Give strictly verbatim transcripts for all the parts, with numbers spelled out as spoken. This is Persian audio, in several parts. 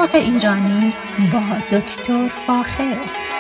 باغ ایرانی با دکتر فاخر.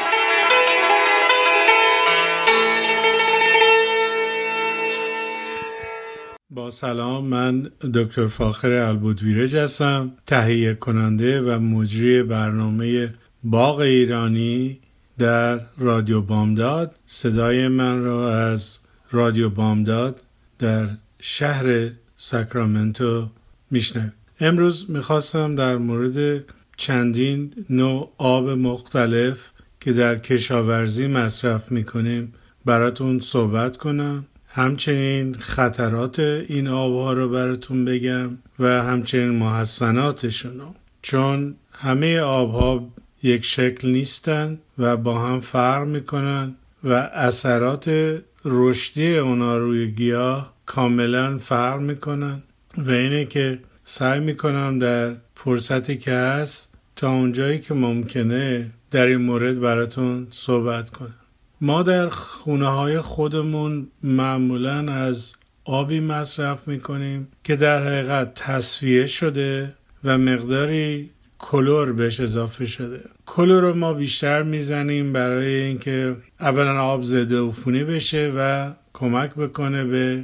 با سلام، من دکتر فاخر البودویرج هستم، تهیه کننده و مجری برنامه باغ ایرانی در رادیو بامداد. صدای من را از رادیو بامداد در شهر ساکرامنتو میشنوید. امروز میخواستم در مورد چندین نوع آب مختلف که در کشاورزی مصرف میکنیم براتون صحبت کنم. همچنین خطرات این آبها رو براتون بگم و همچنین محسناتشونو، چون همه آبها یک شکل نیستن و با هم فرق میکنن و اثرات رشدی اونا روی گیاه کاملا فرق میکنن و اینه که سعی میکنم در فرصتی که هست تا اونجایی که ممکنه در این مورد براتون صحبت کنم. ما در خونه های خودمون معمولاً از آبی مصرف میکنیم که در حقیقت تصفیه شده و مقداری کلور بهش اضافه شده. کلور رو ما بیشتر میزنیم برای اینکه اولا آب ضد عفونی بشه و کمک بکنه به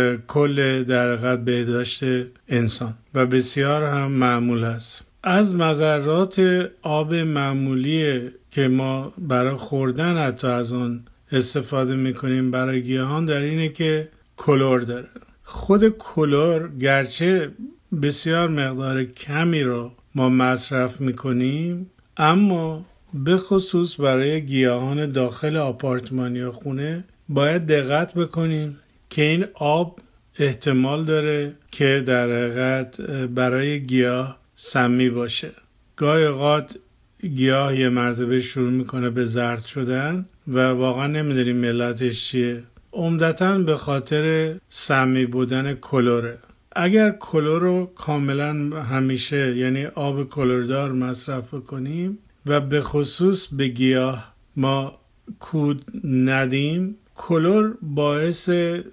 کل در حقیقت بهداشت انسان و بسیار هم معمول است. از مضرات آب معمولی که ما برای خوردن حتی از آن استفاده میکنیم برای گیاهان در اینه که کلور داره. خود کلور گرچه بسیار مقدار کمی رو ما مصرف میکنیم، اما به خصوص برای گیاهان داخل آپارتمان یا خونه باید دقت بکنیم که این آب احتمال داره که در حقیقت برای گیاه سمی باشه. گاهی اوقات گیاه یه مرتبه شروع میکنه به زرد شدن و واقعا نمیدونیم علتش چیه. عمدتاً به خاطر سمی بودن کلوره. اگر کلور رو کاملا همیشه، یعنی آب کلوردار مصرف کنیم و به خصوص به گیاه ما کود ندیم، کلور باعث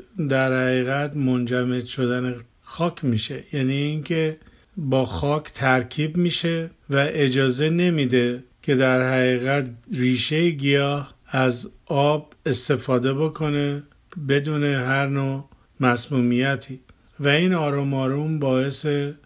در حقیقت منجمد شدن خاک میشه، یعنی اینکه با خاک ترکیب میشه و اجازه نمیده که در حقیقت ریشه گیاه از آب استفاده بکنه بدون هر نوع مسمومیتی و این آروم آروم باعث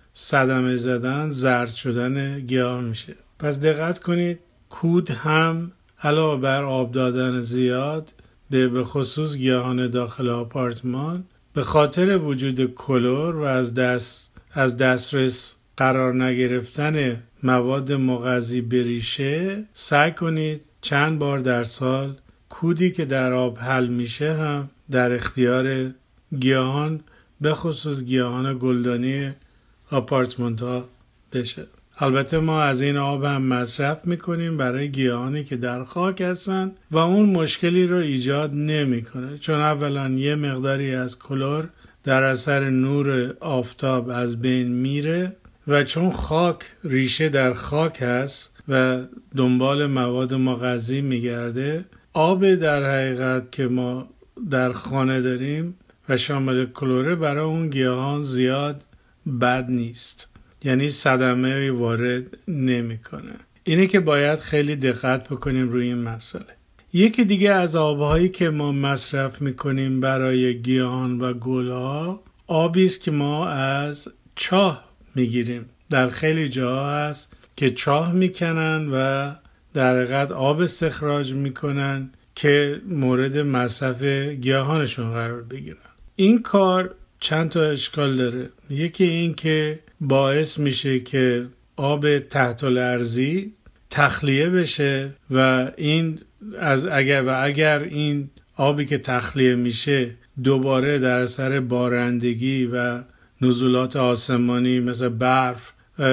صدمه زدن، زرد شدن گیاه میشه. پس دقت کنید، کود هم علاوه بر آب دادن زیاد به به خصوص گیاهان داخل آپارتمان به خاطر وجود کلور و از دست از دسترس قرار نگرفتن مواد مغذی به ریشه، سعی کنید چند بار در سال کودی که در آب حل میشه هم در اختیار گیاهان به خصوص گیاهان گلدانی آپارتمان ها بشه. البته ما از این آب هم مصرف میکنیم برای گیاهانی که در خاک هستن و اون مشکلی رو ایجاد نمیکنه، چون اولا یه مقداری از کلور در اثر نور آفتاب از بین میره و چون خاک ریشه در خاک هست و دنبال مواد مغذی میگرده، آب در حقیقت که ما در خانه داریم و شامل کلوره برای اون گیاهان زیاد بد نیست، یعنی صدمه وارد نمیکنه. اینه که باید خیلی دقت بکنیم روی این مسئله. یکی دیگه از آبهایی که ما مصرف میکنیم برای گیاهان و گلها، آبی است که ما از چاه میگیریم. در خیلی جاها هست که چاه میکنن و در حقیقت آب استخراج میکنن که مورد مصرف گیاهانشون قرار بگیرن. این کار چند تا اشکال داره. یکی این که باعث میشه که آب تحت الارضی تخلیه بشه و این از اگر و اگر این آبی که تخلیه میشه دوباره در اثر بارندگی و نزولات آسمانی مثل برف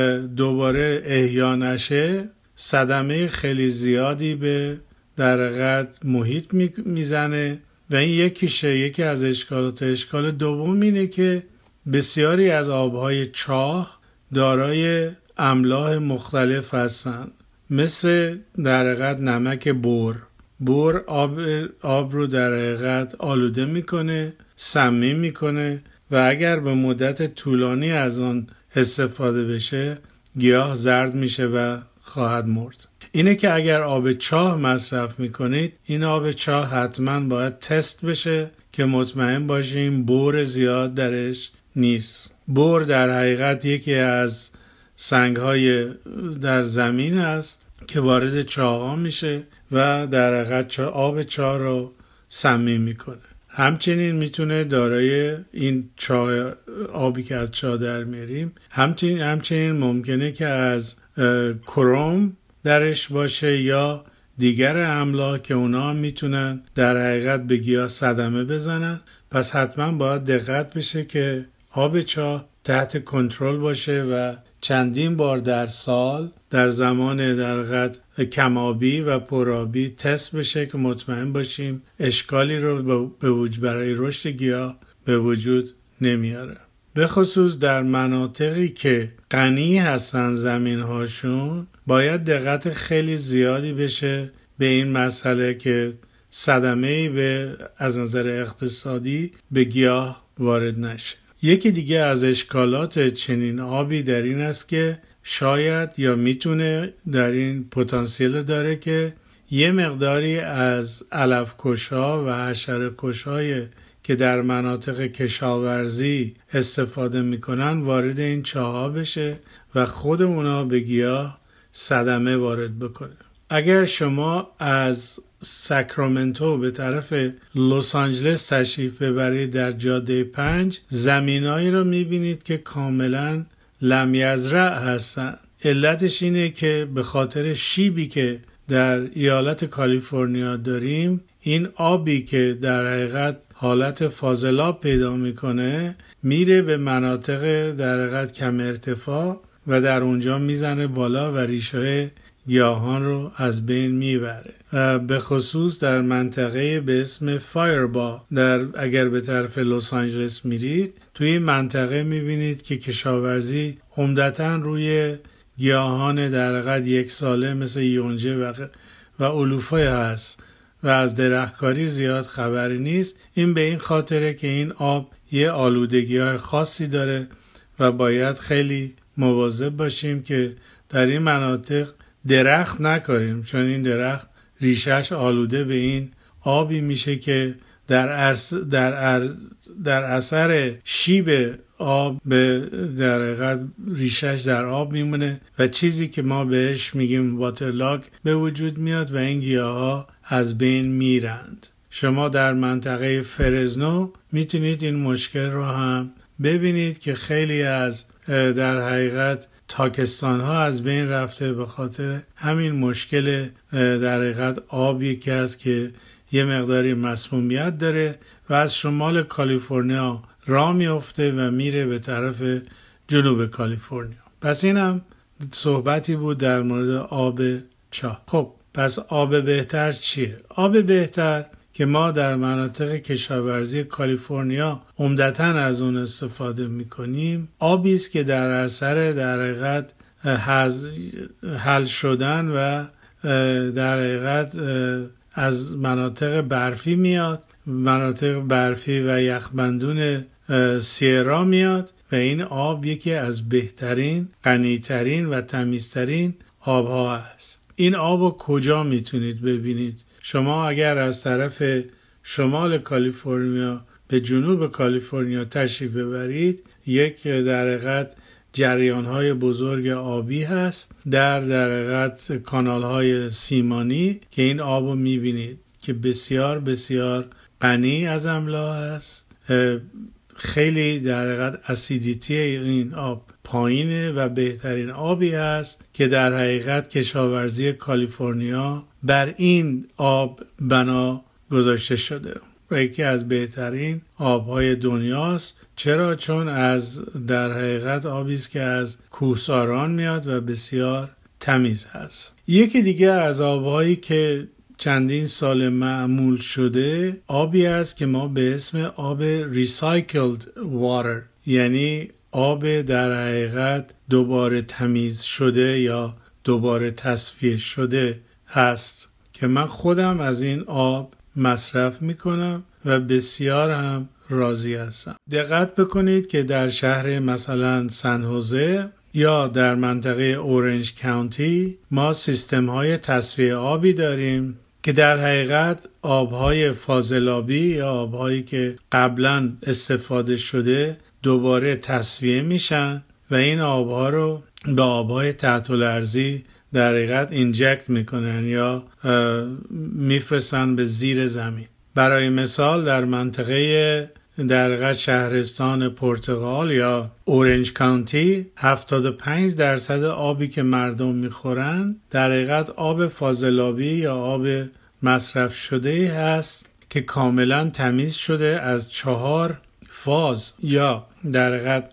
دوباره احیا نشه، صدمه خیلی زیادی به در حقیقت محیط میزنه و این یکیشه. یکی از اشکالات. اشکال دوم اینه که بسیاری از آبهای چاه دارای املاح مختلف هستن، مثل در حقیقت نمک بور. بور آب, آب رو در حقیقت آلوده میکنه، سمی میکنه و اگر به مدت طولانی از آن استفاده بشه گیاه زرد میشه و خواهد مرد. اینه که اگر آب چاه مصرف میکنید، این آب چاه حتما باید تست بشه که مطمئن باشیم بور زیاد درش نیست. بور در حقیقت یکی از سنگ‌های در زمین است که وارد چاه‌ها میشه و در حقیقت آب چاه رو سمی میکنه. همچنین میتونه دارای این چاه، آبی که از چاه در میاریم، همچنین همچنین ممکنه که از کروم درش باشه یا دیگر املاح که اونا میتونن در حقیقت به گیاه صدمه بزنن. پس حتما باید دقت بشه که آب چاه تحت کنترل باشه و چندین بار در سال در زمان در حقیقت کمابی و پرآبی تست بشه که مطمئن باشیم اشکالی رو به وجود برای رشد گیاه به وجود نمیاره. به خصوص در مناطقی که غنی هستن زمین هاشون باید دقت خیلی زیادی بشه به این مسئله که صدمه‌ای به از نظر اقتصادی به گیاه وارد نشه. یکی دیگه از اشکالات چنین آبی در این است که شاید یا میتونه در این پتانسیل داره که یه مقداری از علف‌کش‌ها و حشره‌کش‌های که در مناطق کشاورزی استفاده میکنن وارد این چاه‌ها بشه و خود اونا به گیاه صدمه وارد بکنه. اگر شما از ساکرامنتو به طرف لس آنجلس تشریف ببرید در جاده پنج، زمینایی رو میبینید که کاملا لمیزرع هستن. علتش اینه که به خاطر شیبی که در ایالت کالیفرنیا داریم، این آبی که در حقیقت حالت فاضلاب پیدا میکنه میره به مناطق در حقیقت کم ارتفاع و در اونجا میزنه بالا و ریشه گیاهان رو از بین میبره. به خصوص در منطقه به اسم فایربا، در اگر به طرف لس آنجلس میرید توی این منطقه میبینید که کشاورزی عمدتاً روی گیاهان در حقیقت یک ساله مثل یونجه و و علوفه هست و از درختکاری زیاد خبری نیست. این به این خاطره که این آب یه آلودگی‌های خاصی داره و باید خیلی مواظب باشیم که در این مناطق درخت نکاریم، چون این درخت ریشش آلوده به این آبی میشه که در عرص در عرص در اثر شیب آب به در حقیقت ریشش در آب میمونه و چیزی که ما بهش میگیم واترلاگ به وجود میاد و این گیاها از بین میرند. شما در منطقه فرزنو میتونید این مشکل رو هم ببینید که خیلی از در حقیقت تاکستان ها از بین رفته به خاطر همین مشکل در حقیقت آبی که هست که یه مقداری مسمومیت داره و از شمال کالیفرنیا راه میفته و میره به طرف جنوب کالیفرنیا. پس اینم صحبتی بود در مورد آب چاه. خب پس آب بهتر چیه؟ آب بهتر که ما در مناطق کشاورزی کالیفرنیا عمدتاً از اون استفاده میکنیم، آبی است که در اثر در حقیقت حل شدن و در حقیقت از مناطق برفی میاد، مناطق برفی و یخبندون سیرا میاد و این آب یکی از بهترین، غنیترین و تمیزترین آبها است. این آب رو کجا میتونید ببینید؟ شما اگر از طرف شمال کالیفرنیا به جنوب کالیفرنیا تشریف ببرید، یک در حقیقت جریان‌های بزرگ آبی هست در در حقیقت کانال‌های سیمانی که این آب رو می‌بینید که بسیار بسیار غنی از املاح است. خیلی در حقیقت اسیدیتی این آب پایینه و بهترین آبی است که در حقیقت کشاورزی کالیفرنیا بر این آب بنا گذاشته شده و یکی از بهترین آبهای دنیاست. چرا؟ چون از در حقیقت آبی است که از کوهساران میاد و بسیار تمیز هست. یکی دیگه از آبهایی که چندین سال معمول شده آبی است که ما به اسم آب recycled water، یعنی آب در حقیقت دوباره تمیز شده یا دوباره تصفیه شده هست که من خودم از این آب مصرف میکنم و بسیار هم راضی هستم. دقت بکنید که در شهر مثلا سن هوزه یا در منطقه اورنج کانتی ما سیستم های تصفیه آبی داریم که در حقیقت آبهای فاضلابی یا آبهایی که قبلا استفاده شده دوباره تصفیه میشن و این آبها رو به آبهای تحت الارضی در حقیقت اینجکت میکنن یا میفرستن به زیر زمین. برای مثال در منطقه در حقیقت شهرستان پرتغال یا اورنج کانتی هفتاد و پنج درصد آبی که مردم میخورن در حقیقت آب فاضلابی یا آب مصرف شده هست که کاملا تمیز شده از چهار فاز یا در حقیقت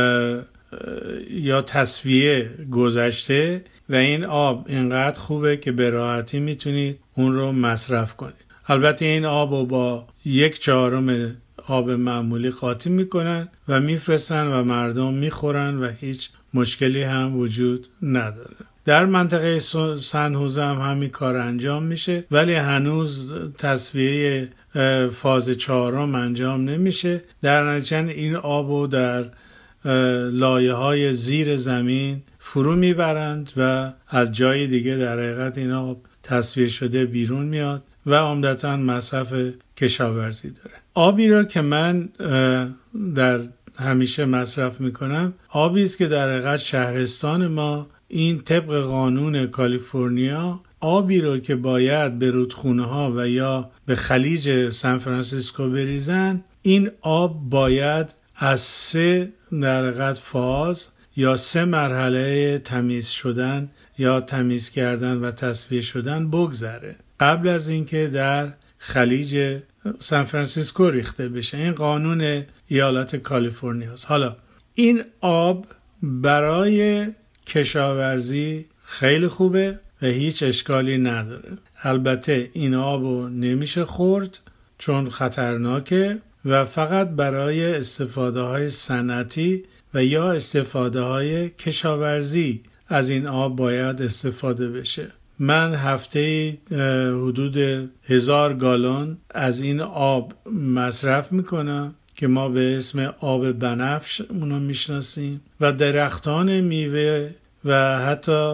یا تصفیه گذشته و این آب اینقدر خوبه که به راحتی میتونید اون رو مصرف کنید. البته این آب رو با یک چهارم آب معمولی قاطی میکنن و میفرستن و مردم میخورن و هیچ مشکلی هم وجود نداره. در منطقه سن هوزه هم همین کار انجام میشه ولی هنوز تصفیه فاز چهارم انجام نمیشه. در نتیجه این آبو در لایه های زیر زمین فرو میبرند و از جای دیگه در حقیقت این آب تصفیه شده بیرون میاد و عمدتاً مصرف کشاورزی داره. آبی را که من در همیشه مصرف میکنم آبی است که در حقیقت شهرستان ما این طبق قانون کالیفرنیا آبی رو که باید به رودخونه ها و یا به خلیج سان فرانسیسکو بریزن این آب باید از سه در حقیقت فاز یا سه مرحله تمیز شدن یا تمیز کردن و تصفیه شدن بگذره قبل از اینکه در خلیج سان فرانسیسکو ریخته بشه. این قانون ایالت کالیفرنیا است. حالا این آب برای کشاورزی خیلی خوبه و هیچ اشکالی نداره. البته این آبو نمیشه خورد چون خطرناکه و فقط برای استفاده های صنعتی و یا استفاده های کشاورزی از این آب باید استفاده بشه. من هفته حدود هزار گالون از این آب مصرف میکنم که ما به اسم آب بنفش اونو میشناسیم و درختان میوه و حتی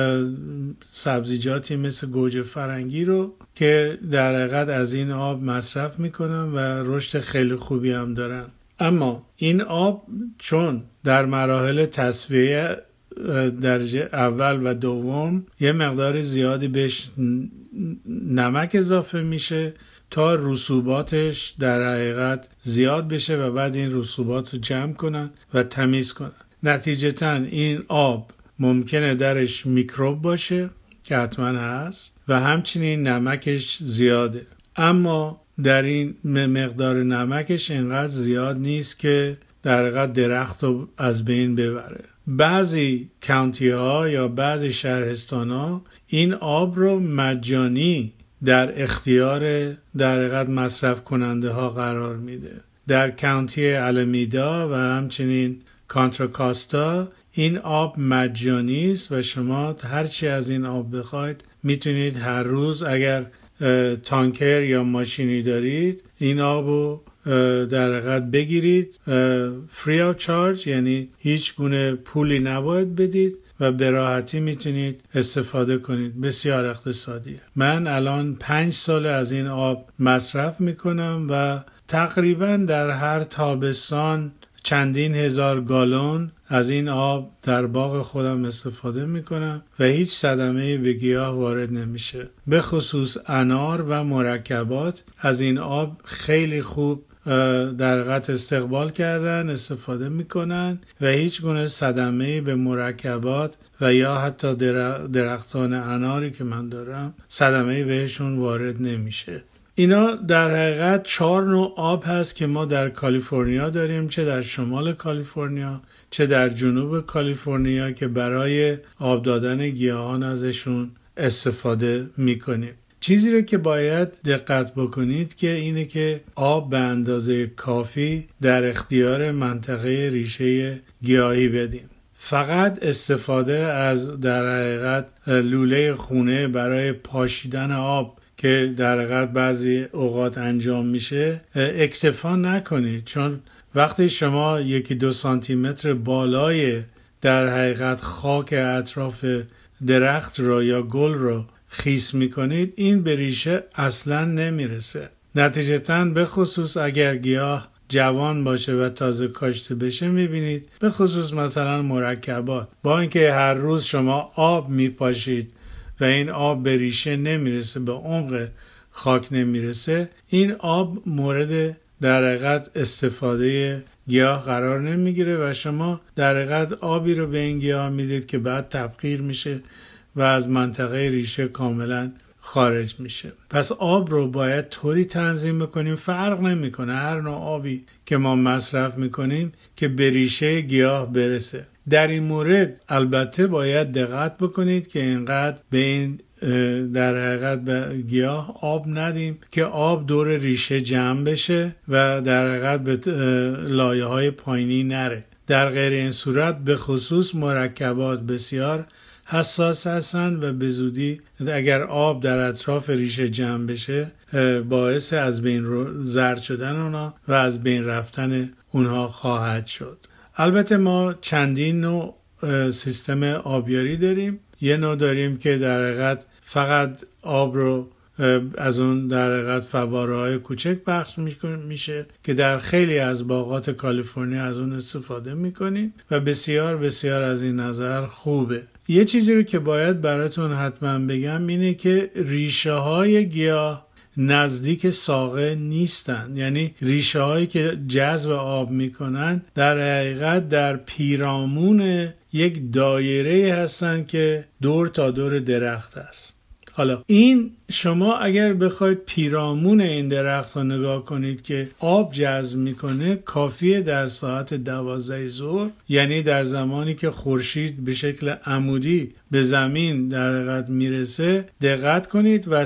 سبزیجاتی مثل گوجه فرنگی رو که در حقیقت از این آب مصرف میکنم و رشد خیلی خوبی هم دارن. اما این آب چون در مراحل تصفیه درجه اول و دوم یه مقدار زیادی بهش نمک اضافه میشه تا رسوباتش در حقیقت زیاد بشه و بعد این رسوبات رو جمع کنن و تمیز کنن. نتیجتاً این آب ممکنه درش میکروب باشه که حتما هست و همچنین نمکش زیاده، اما در این مقدار نمکش اینقدر زیاد نیست که در حقیقت درخت رو از بین ببره. بعضی کانتی ها یا بعضی شهرستان ها این آب رو مجانی در اختیار در حقیقت مصرف کننده ها قرار میده. در کانتی آلامیدا و همچنین کانترا کاستا این آب مجانی است و شما هرچی از این آب بخواید میتونید هر روز اگر تانکر یا ماشینی دارید این آبو در حقیقت بگیرید فری آف چارج، یعنی هیچ گونه پولی نباید بدید و به راحتی میتونید استفاده کنید. بسیار اقتصادیه. من الان پنج سال از این آب مصرف میکنم و تقریبا در هر تابستان چندین هزار گالون از این آب در باغ خودم استفاده میکنم و هیچ صدمه به گیاه وارد نمیشه. به خصوص انار و مرکبات از این آب خیلی خوب در حقیقت استقبال کردن، استفاده میکنن و هیچ گونه صدمه به مرکبات و یا حتی درختان اناری که من دارم صدمه بهشون وارد نمیشه. اینا در حقیقت چهار نوع آب هست که ما در کالیفرنیا داریم، چه در شمال کالیفرنیا چه در جنوب کالیفرنیا، که برای آب دادن گیاهان ازشون استفاده میکنیم. چیزی رو که باید دقت بکنید که اینه که آب به اندازه کافی در اختیار منطقه ریشه گیاهی بدیم. فقط استفاده از در حقیقت لوله خونه برای پاشیدن آب که در حقیقت بعضی اوقات انجام میشه اکتفا نکنید، چون وقتی شما یکی دو سانتی متر بالای در حقیقت خاک اطراف درخت را یا گل را خیس میکنید، این به ریشه اصلا نمیرسه. نتیجتاً به خصوص اگر گیاه جوان باشه و تازه کاشته بشه، میبینید به خصوص مثلا مرکبات، با اینکه هر روز شما آب میپاشید و این آب به ریشه نمیرسه، به عمق خاک نمیرسه، این آب مورد در حقیقت استفاده گیاه قرار نمیگیره و شما در حقیقت آبی رو به این گیاه میدید که بعد تبخیر میشه و از منطقه ریشه کاملا خارج میشه. پس آب رو باید طوری تنظیم بکنیم، فرق نمیکنه هر نوع آبی که ما مصرف میکنیم که به ریشه گیاه برسه. در این مورد البته باید دقت بکنید که اینقدر به این در حقیقت به گیاه آب ندیم که آب دور ریشه جمع بشه و در حقیقت به لایه های پایینی نره. در غیر این صورت به خصوص مرکبات بسیار حساس هستند و به زودی اگر آب در اطراف ریشه جمع بشه باعث از بین زرد شدن اونا و از بین رفتن اونها خواهد شد. البته ما چندین نوع سیستم آبیاری داریم. یه نوع داریم که در حقیقت فقط آب رو از اون در حقیقت فواره‌های کوچک پخش میشه که در خیلی از باغات کالیفرنیا از اون استفاده میکنیم و بسیار بسیار از این نظر خوبه. یه چیزی رو که باید براتون حتما بگم اینه که ریشه های گیاه نزدیک ساقه نیستن، یعنی ریشه هایی که جذب آب میکنن در حقیقت در پیرامون یک دایره هستن که دور تا دور درخت است. حالا این شما اگر بخواید پیرامون این درخت رو نگاه کنید که آب جذب میکنه، کافیه در ساعت دوازده ظهر، یعنی در زمانی که خورشید به شکل عمودی به زمین در حقیقت میرسه، دقت کنید و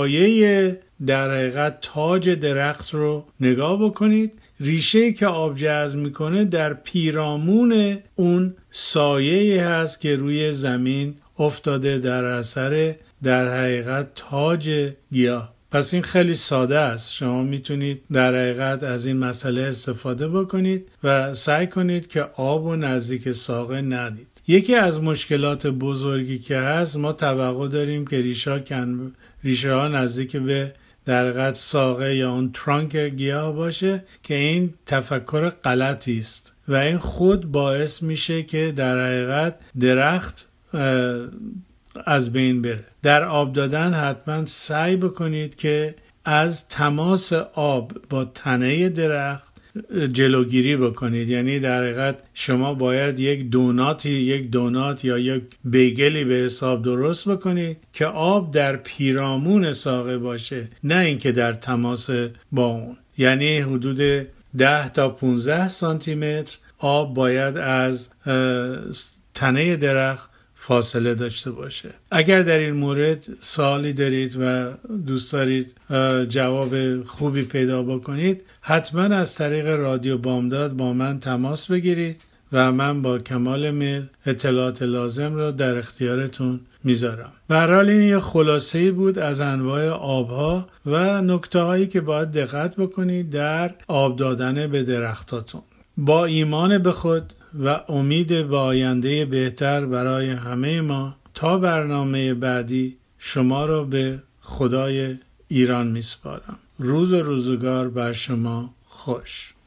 سایه در حقیقت تاج درخت رو نگاه بکنید. ریشه‌ای که آب جذب میکنه در پیرامون اون سایه هست که روی زمین افتاده در اثر در حقیقت تاج گیاه. پس این خیلی ساده است. شما میتونید در حقیقت از این مسئله استفاده بکنید و سعی کنید که آب و نزدیک ساقه ندید. یکی از مشکلات بزرگی که هست، ما توقع داریم که ریشه کن... ریشه ها نزدیک به در حقیقت ساقه یا اون ترانک گیاه باشه که این تفکر غلطی است و این خود باعث میشه که در حقیقت درخت از بین بره. در آب دادن حتما سعی بکنید که از تماس آب با تنه درخت جلوگیری بکنید. یعنی در حقیقت شما باید یک دوناتی یک دونات یا یک بیگلی به حساب درست بکنید که آب در پیرامون ساقه باشه، نه اینکه در تماس با اون. یعنی حدود ده تا پانزده سانتی متر آب باید از تنه درخت فاصله داشته باشه. اگر در این مورد سوالی دارید و دوست دارید جواب خوبی پیدا بکنید، حتما از طریق رادیو بامداد با من تماس بگیرید و من با کمال میل اطلاعات لازم را در اختیارتون میذارم. به هر حال این یه خلاصه‌ای بود از انواع آبها و نکته‌هایی که باید دقت بکنید در آب دادن به درختاتون. با ایمان به خود و امید به آینده بهتر برای همه ما، تا برنامه بعدی شما را به خدای ایران میسپارم. روز و روزگار بر شما خوش.